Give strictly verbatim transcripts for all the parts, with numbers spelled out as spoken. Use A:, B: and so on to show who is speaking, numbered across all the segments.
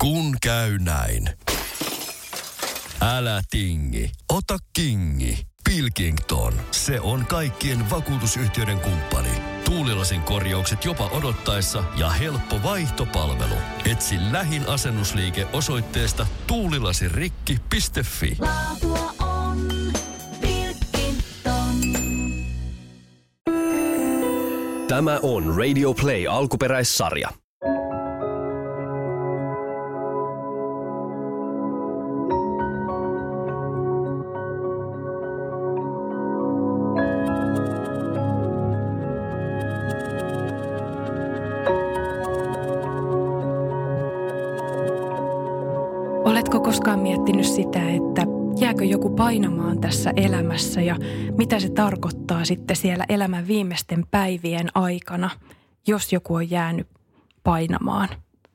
A: Kun käy näin. Älä tingi, ota kingi. Pilkington, se on kaikkien vakuutusyhtiöiden kumppani. Tuulilasin korjaukset jopa odottaessa ja helppo vaihtopalvelu. Etsi lähin asennusliike osoitteesta tuulilasirikki piste fi.
B: Laatua on Pilkington.
C: Tämä on Radio Play alkuperäissarja.
D: Oletko koskaan miettinyt sitä, että jääkö joku painamaan tässä elämässä ja mitä se tarkoittaa sitten siellä elämän viimeisten päivien aikana, jos joku on jäänyt painamaan?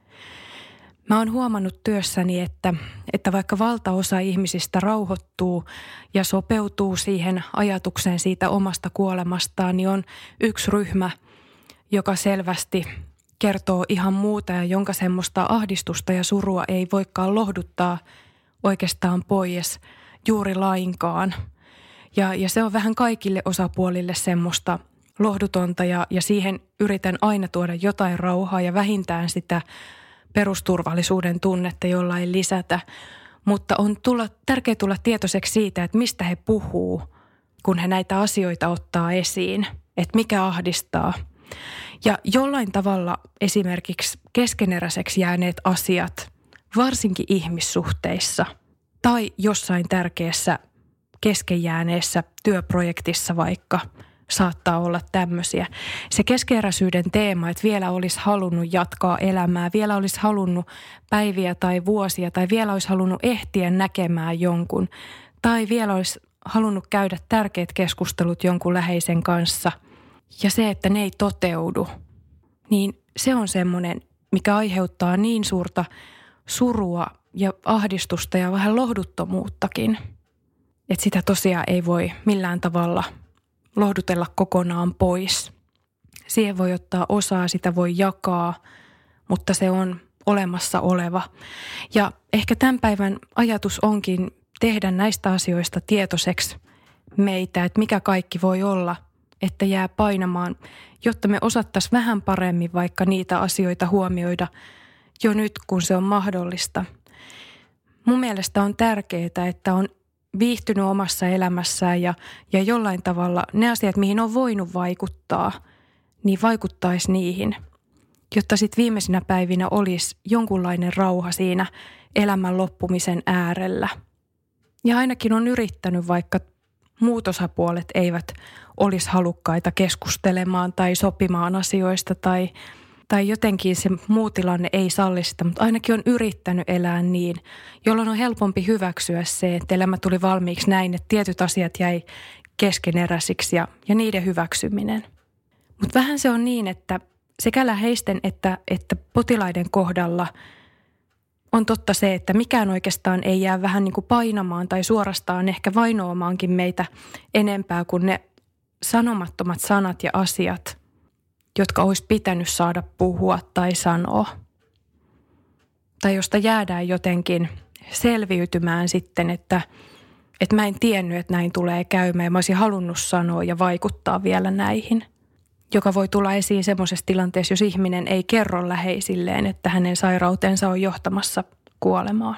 D: Mä oon huomannut työssäni, että, että vaikka valtaosa ihmisistä rauhoittuu ja sopeutuu siihen ajatukseen siitä omasta kuolemastaan, niin on yksi ryhmä, joka selvästi kertoo ihan muuta ja jonka semmoista ahdistusta ja surua ei voikaan lohduttaa oikeastaan pois juuri lainkaan. Ja, ja se on vähän kaikille osapuolille semmoista lohdutonta ja, ja siihen yritän aina tuoda jotain rauhaa ja vähintään sitä perusturvallisuuden tunnetta jollain lisätä. Mutta on tulla, tärkeää tulla tietoiseksi siitä, että mistä he puhuu, kun he näitä asioita ottaa esiin, että mikä ahdistaa. Ja jollain tavalla esimerkiksi keskeneräiseksi jääneet asiat, varsinkin ihmissuhteissa tai jossain tärkeässä keskenjääneessä työprojektissa vaikka saattaa olla tämmöisiä. Se keskeneräisyyden teema, että vielä olisi halunnut jatkaa elämää, vielä olisi halunnut päiviä tai vuosia tai vielä olisi halunnut ehtiä näkemään jonkun tai vielä olisi halunnut käydä tärkeät keskustelut jonkun läheisen kanssa – ja se, että ne ei toteudu, niin se on semmoinen, mikä aiheuttaa niin suurta surua ja ahdistusta ja vähän lohduttomuuttakin, että sitä tosiaan ei voi millään tavalla lohdutella kokonaan pois. Siihen voi ottaa osaa, sitä voi jakaa, mutta se on olemassa oleva. Ja ehkä tämän päivän ajatus onkin tehdä näistä asioista tietoiseksi meitä, että mikä kaikki voi olla, että jää painamaan, jotta me osattaisiin vähän paremmin vaikka niitä asioita huomioida jo nyt, kun se on mahdollista. Mun mielestä on tärkeää, että on viihtynyt omassa elämässään ja, ja jollain tavalla ne asiat, mihin on voinut vaikuttaa, niin vaikuttaisi niihin, jotta sitten viimeisinä päivinä olisi jonkunlainen rauha siinä elämän loppumisen äärellä. Ja ainakin on yrittänyt, vaikka muut osapuolet eivät olisi halukkaita keskustelemaan tai sopimaan asioista tai, tai jotenkin se muu tilanne ei salli sitä, mutta ainakin on yrittänyt elää niin, jolloin on helpompi hyväksyä se, että elämä tuli valmiiksi näin, että tietyt asiat jäi keskeneräisiksi ja, ja niiden hyväksyminen. Mutta vähän se on niin, että sekä läheisten että, että potilaiden kohdalla on totta se, että mikään oikeastaan ei jää vähän niin kuin painamaan tai suorastaan ehkä vainoamaankin meitä enempää kuin ne sanomattomat sanat ja asiat, jotka olisi pitänyt saada puhua tai sanoa. Tai josta jäädään jotenkin selviytymään sitten, että, että mä en tiennyt, että näin tulee käymään ja mä olisin halunnut sanoa ja vaikuttaa vielä näihin. Joka voi tulla esiin semmoisessa tilanteessa, jos ihminen ei kerro läheisilleen, että hänen sairautensa on johtamassa kuolemaan.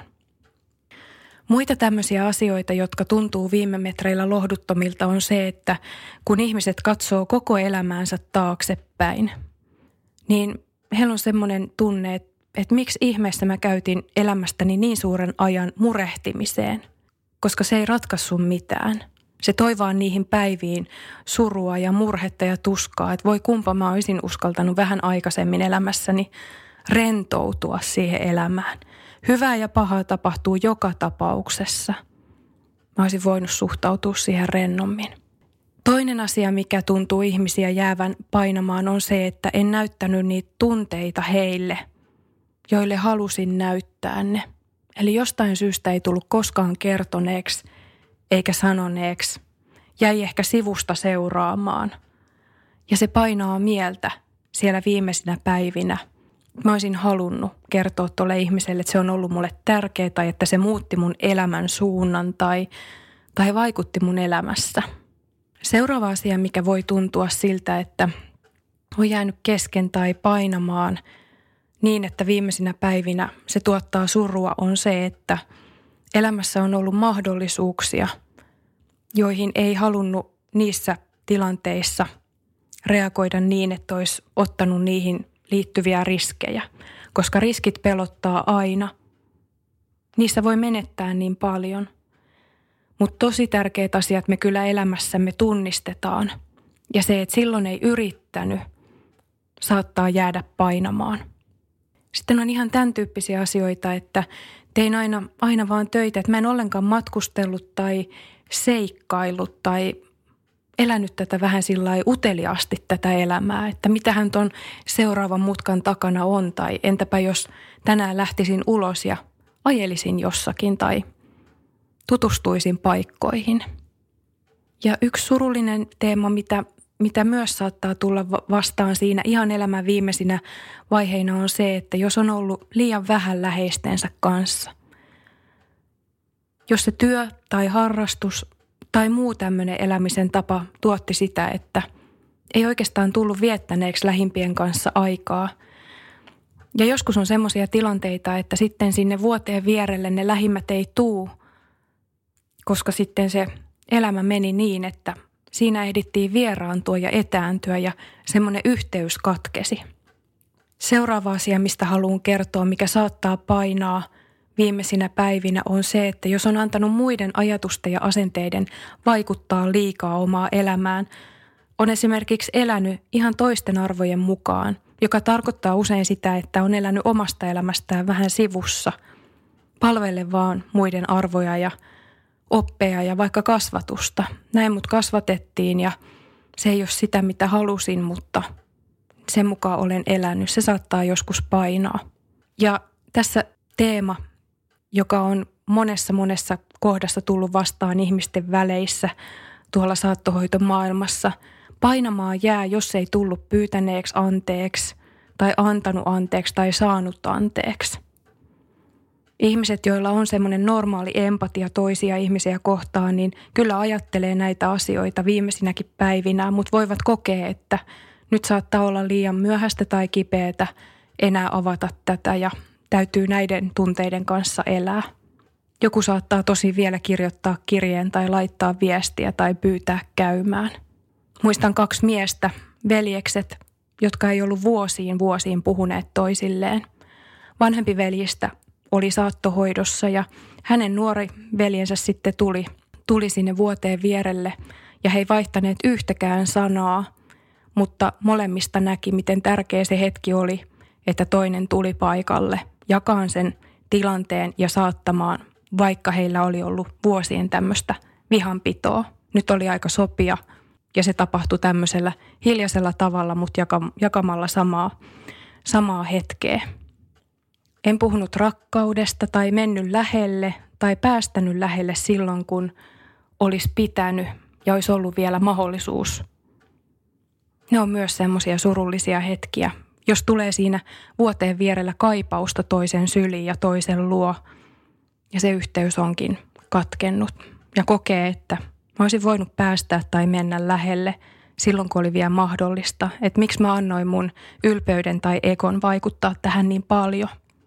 D: Muita tämmöisiä asioita, jotka tuntuu viime metreillä lohduttomilta, on se, että kun ihmiset katsoo koko elämäänsä taaksepäin, niin heillä on semmoinen tunne, että, että miksi ihmeessä mä käytin elämästäni niin suuren ajan murehtimiseen, koska se ei ratkaissut mitään. Se toi vaan niihin päiviin surua ja murhetta ja tuskaa, että voi kumpa mä olisin uskaltanut vähän aikaisemmin elämässäni rentoutua siihen elämään. Hyvää ja pahaa tapahtuu joka tapauksessa. Mä olisin voinut suhtautua siihen rennommin. Toinen asia, mikä tuntuu ihmisiä jäävän painamaan, on se, että en näyttänyt niitä tunteita heille, joille halusin näyttää ne. Eli jostain syystä ei tullut koskaan kertoneeksi eikä sanoneeksi. Jäi ehkä sivusta seuraamaan. Ja se painaa mieltä siellä viimeisinä päivinä, mä olisin halunnut kertoa tuolle ihmiselle, että se on ollut mulle tärkeä tai että se muutti mun elämän suunnan tai, tai vaikutti mun elämässä. Seuraava asia, mikä voi tuntua siltä, että on jäänyt kesken tai painamaan niin, että viimeisinä päivinä se tuottaa surua, on se, että elämässä on ollut mahdollisuuksia, joihin ei halunnut niissä tilanteissa reagoida niin, että olisi ottanut niihin liittyviä riskejä, koska riskit pelottaa aina. Niissä voi menettää niin paljon, mutta tosi tärkeät asiat me kyllä elämässämme tunnistetaan ja se, että silloin ei yrittänyt, saattaa jäädä painamaan. Sitten on ihan tämän tyyppisiä asioita, että tein aina, aina vaan töitä, että mä en ollenkaan matkustellut tai seikkaillut tai elänyt tätä vähän sillai uteliaasti tätä elämää, että mitähän ton seuraavan mutkan takana on tai entäpä jos tänään lähtisin ulos ja ajelisin jossakin tai tutustuisin paikkoihin. Ja yksi surullinen teema, mitä, mitä myös saattaa tulla vastaan siinä ihan elämän viimeisinä vaiheina on se, että jos on ollut liian vähän läheistensä kanssa. Jos se työ tai harrastus tai muu tämmöinen elämisen tapa tuotti sitä, että ei oikeastaan tullut viettäneeksi lähimpien kanssa aikaa. Ja joskus on semmoisia tilanteita, että sitten sinne vuoteen vierelle ne lähimmät ei tuu, koska sitten se elämä meni niin, että siinä ehdittiin vieraantua ja etääntyä ja semmoinen yhteys katkesi. Seuraava asia, mistä haluan kertoa, mikä saattaa painaa viimeisinä päivinä on se, että jos on antanut muiden ajatusten ja asenteiden vaikuttaa liikaa omaa elämään, on esimerkiksi elänyt ihan toisten arvojen mukaan, joka tarkoittaa usein sitä, että on elänyt omasta elämästään vähän sivussa, palvelle vaan muiden arvoja ja oppeja ja vaikka kasvatusta. Näin mut kasvatettiin ja se ei ole sitä, mitä halusin, mutta sen mukaan olen elänyt. Se saattaa joskus painaa. Ja tässä teema, joka on monessa monessa kohdassa tullut vastaan ihmisten väleissä tuolla saattohoitomaailmassa. Painamaan jää, jos ei tullut pyytäneeksi anteeksi tai antanut anteeksi tai saanut anteeksi. Ihmiset, joilla on semmoinen normaali empatia toisia ihmisiä kohtaan, niin kyllä ajattelee näitä asioita viimeisinäkin päivinä, mutta voivat kokea, että nyt saattaa olla liian myöhäistä tai kipeätä enää avata tätä ja täytyy näiden tunteiden kanssa elää. Joku saattaa tosi vielä kirjoittaa kirjeen tai laittaa viestiä tai pyytää käymään. Muistan kaksi miestä, veljekset, jotka ei ollut vuosiin vuosiin puhuneet toisilleen. Vanhempi veljistä oli saattohoidossa ja hänen nuori veljensä sitten tuli, tuli sinne vuoteen vierelle ja he ei vaihtaneet yhtäkään sanaa, mutta molemmista näki, miten tärkeä se hetki oli, että toinen tuli paikalle jakaan sen tilanteen ja saattamaan, vaikka heillä oli ollut vuosien tämmöistä vihanpitoa. Nyt oli aika sopia ja se tapahtui tämmöisellä hiljaisella tavalla, mutta jakamalla samaa, samaa hetkeä. En puhunut rakkaudesta tai mennyt lähelle tai päästänyt lähelle silloin, kun olisi pitänyt ja olisi ollut vielä mahdollisuus. Ne on myös semmoisia surullisia hetkiä, jos tulee siinä vuoteen vierellä kaipausta toisen syliin ja toisen luo ja se yhteys onkin katkennut ja kokee, että mä olisin voinut päästää tai mennä lähelle silloin, kun oli vielä mahdollista. Että miksi mä annoin mun ylpeyden tai ekon vaikuttaa tähän niin paljon.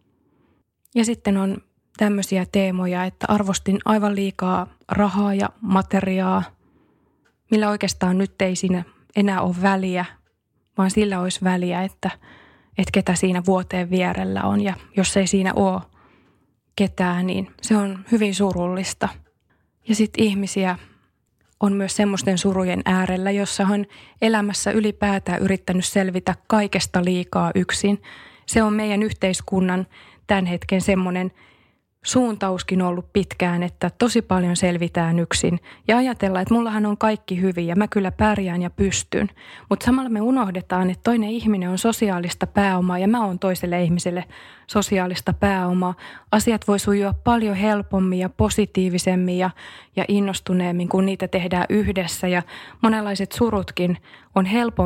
D: Ja sitten on tämmöisiä teemoja, että arvostin aivan liikaa rahaa ja materiaa, millä oikeastaan nyt ei siinä enää ole väliä, vaan sillä olisi väliä, että, että ketä siinä vuoteen vierellä on. Ja jos ei siinä ole ketään, niin se on hyvin surullista. Ja sitten ihmisiä on myös semmoisten surujen äärellä, jossa on elämässä ylipäätään yrittänyt selvitä kaikesta liikaa yksin. Se on meidän yhteiskunnan tämän hetken semmoinen suuntauskin ollut pitkään, että tosi paljon selvitään yksin ja ajatellaan, että mullahan on kaikki hyvin ja mä kyllä pärjään ja pystyn. Mutta samalla me unohdetaan, että toinen ihminen on sosiaalista pääomaa ja mä oon toiselle ihmiselle sosiaalista pääomaa. Asiat voi sujua paljon helpommin ja positiivisemmin ja, ja innostuneemmin, kun niitä tehdään yhdessä ja monenlaiset surutkin on helpompi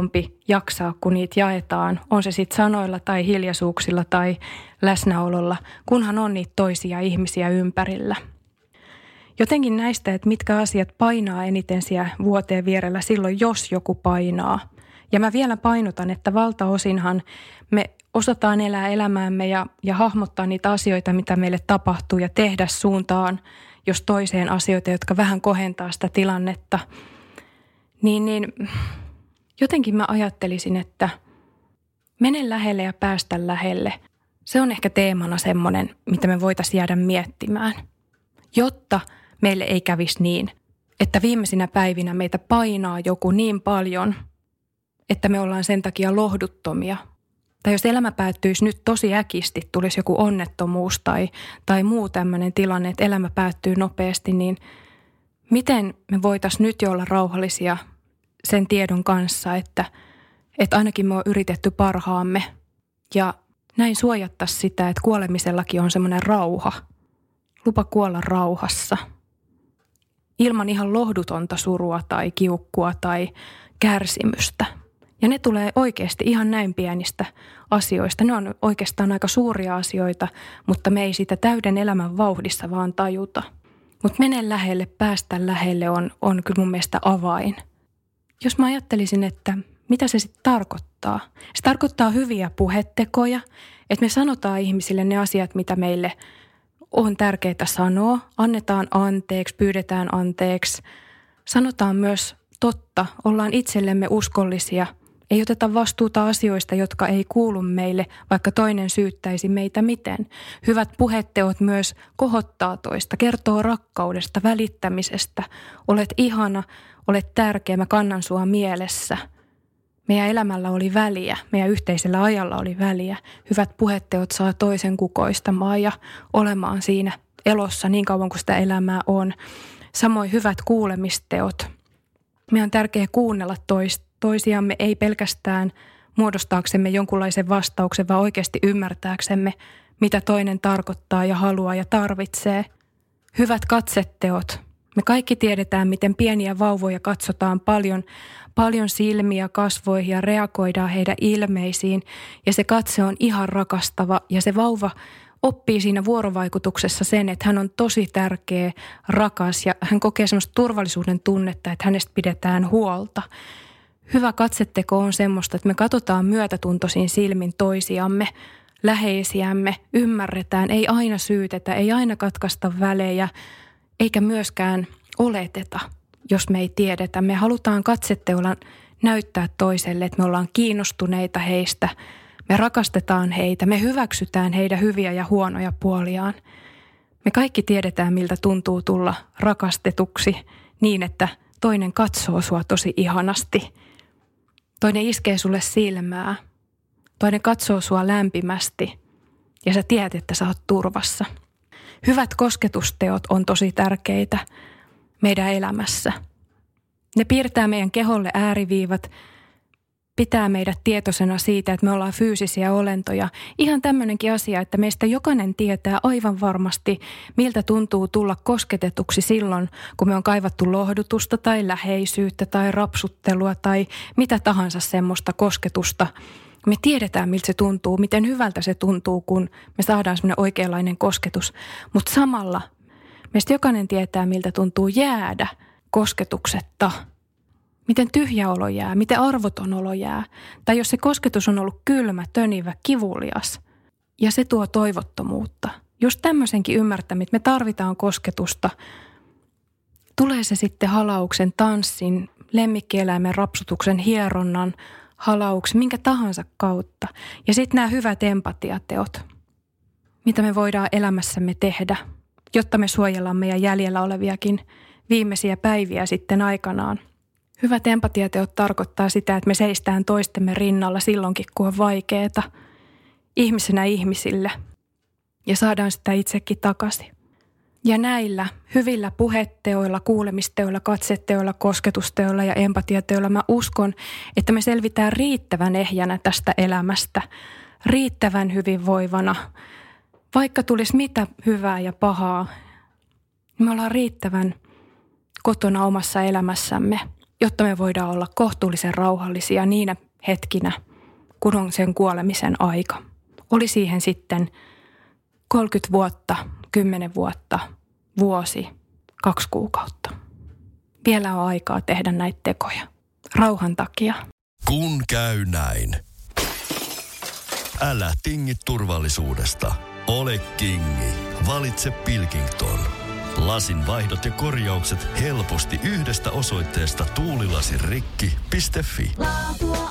D: jaksaa, kun niitä jaetaan. On se sitten sanoilla tai hiljaisuuksilla tai läsnäololla, kunhan on niitä toisia ihmisiä ympärillä. Jotenkin näistä, että mitkä asiat painaa eniten siellä vuoteen vierellä silloin, jos joku painaa. Ja mä vielä painotan, että valtaosinhan me osataan elää elämäämme ja, ja hahmottaa niitä asioita, mitä meille tapahtuu ja tehdä suuntaan, jos toiseen asioita, jotka vähän kohentaa sitä tilannetta. Niin, niin jotenkin mä ajattelisin, että mene lähelle ja päästä lähelle. Se on ehkä teemana semmoinen, mitä me voitaisiin jäädä miettimään, jotta meille ei kävisi niin, että viimeisinä päivinä meitä painaa joku niin paljon, että me ollaan sen takia lohduttomia. Tai jos elämä päättyisi nyt tosi äkisti, tulisi joku onnettomuus tai, tai muu tämmöinen tilanne, että elämä päättyy nopeasti, niin miten me voitaisiin nyt jo olla rauhallisia sen tiedon kanssa, että, että ainakin me on yritetty parhaamme ja näin suojattaisiin sitä, että kuolemisellakin on semmoinen rauha. Lupa kuolla rauhassa. Ilman ihan lohdutonta surua tai kiukkua tai kärsimystä. Ja ne tulee oikeasti ihan näin pienistä asioista. Ne on oikeastaan aika suuria asioita, mutta me ei sitä täyden elämän vauhdissa vaan tajuta. Mutta mene lähelle, päästä lähelle on, on kyllä mun mielestä avain. Jos mä ajattelisin, että mitä se sitten tarkoittaa? Se tarkoittaa hyviä puhetekoja, että me sanotaan ihmisille ne asiat, mitä meille on tärkeää sanoa. Annetaan anteeksi, pyydetään anteeksi. Sanotaan myös totta, ollaan itsellemme uskollisia. Ei oteta vastuuta asioista, jotka ei kuulu meille, vaikka toinen syyttäisi meitä miten. Hyvät puheteot myös kohottaa toista, kertoo rakkaudesta, välittämisestä. Olet ihana, olet tärkeä, mä kannan sua mielessä. Meidän elämällä oli väliä, meidän yhteisellä ajalla oli väliä. Hyvät puheteot saa toisen kukoistamaan ja olemaan siinä elossa niin kauan kuin sitä elämää on. Samoin hyvät kuulemisteot. Meidän on tärkeää kuunnella toista. Toisiamme ei pelkästään muodostaaksemme jonkunlaisen vastauksen, vaan oikeasti ymmärtääksemme, mitä toinen tarkoittaa ja haluaa ja tarvitsee. Hyvät katsetteot. Me kaikki tiedetään, miten pieniä vauvoja katsotaan paljon, paljon silmiä kasvoihin ja reagoidaan heidän ilmeisiin. Ja se katse on ihan rakastava ja se vauva oppii siinä vuorovaikutuksessa sen, että hän on tosi tärkeä, rakas ja hän kokee semmoista turvallisuuden tunnetta, että hänestä pidetään huolta. Hyvä katsetteko on semmoista, että me katsotaan myötätuntoisin silmin toisiamme, läheisiämme, ymmärretään, ei aina syytetä, ei aina katkaista välejä, eikä myöskään oleteta, jos me ei tiedetä. Me halutaan katsetteolla näyttää toiselle, että me ollaan kiinnostuneita heistä, me rakastetaan heitä, me hyväksytään heidän hyviä ja huonoja puoliaan. Me kaikki tiedetään, miltä tuntuu tulla rakastetuksi niin, että toinen katsoo sua tosi ihanasti. Toinen iskee sulle silmää. Toinen katsoo sua lämpimästi ja sä tiedät, että sä oot turvassa. Hyvät kosketusteot on tosi tärkeitä meidän elämässä. Ne piirtää meidän keholle ääriviivat, pitää meidät tietoisena siitä, että me ollaan fyysisiä olentoja. Ihan tämmöinenkin asia, että meistä jokainen tietää aivan varmasti, miltä tuntuu tulla kosketetuksi silloin, kun me on kaivattu lohdutusta tai läheisyyttä tai rapsuttelua tai mitä tahansa semmoista kosketusta. Me tiedetään, miltä se tuntuu, miten hyvältä se tuntuu, kun me saadaan semmoinen oikeanlainen kosketus. Mutta samalla meistä jokainen tietää, miltä tuntuu jäädä kosketuksetta. Miten tyhjä olo jää, miten arvoton olo jää. Tai jos se kosketus on ollut kylmä, tönivä, kivulias ja se tuo toivottomuutta. Jos tämmöisenkin ymmärtämme, että me tarvitaan kosketusta, tulee se sitten halauksen, tanssin, lemmikkieläimen rapsutuksen, hieronnan, halauksen, minkä tahansa kautta. Ja sitten nämä hyvät empatiateot, mitä me voidaan elämässämme tehdä, jotta me suojellaan meidän jäljellä oleviakin viimeisiä päiviä sitten aikanaan. Hyvät empatiateot tarkoittaa sitä, että me seistään toistemme rinnalla silloinkin, kun on vaikeaa, ihmisenä ihmisille, ja saadaan sitä itsekin takaisin. Ja näillä hyvillä puheteoilla, kuulemisteoilla, katseteoilla, kosketusteoilla ja empatiateoilla mä uskon, että me selvitään riittävän ehjänä tästä elämästä, riittävän hyvinvoivana. Vaikka tulisi mitä hyvää ja pahaa, niin me ollaan riittävän kotona omassa elämässämme, jotta me voidaan olla kohtuullisen rauhallisia niinä hetkinä, kun on sen kuolemisen aika. Oli siihen sitten kolmekymmentä vuotta, kymmenen vuotta, vuosi, kaksi kuukautta. Vielä on aikaa tehdä näitä tekoja. Rauhan takia.
A: Kun käy näin. Älä tingi turvallisuudesta. Ole kingi. Valitse Pilkington. Lasin vaihdot ja korjaukset helposti yhdestä osoitteesta tuulilasirikki piste fi.
B: Laatua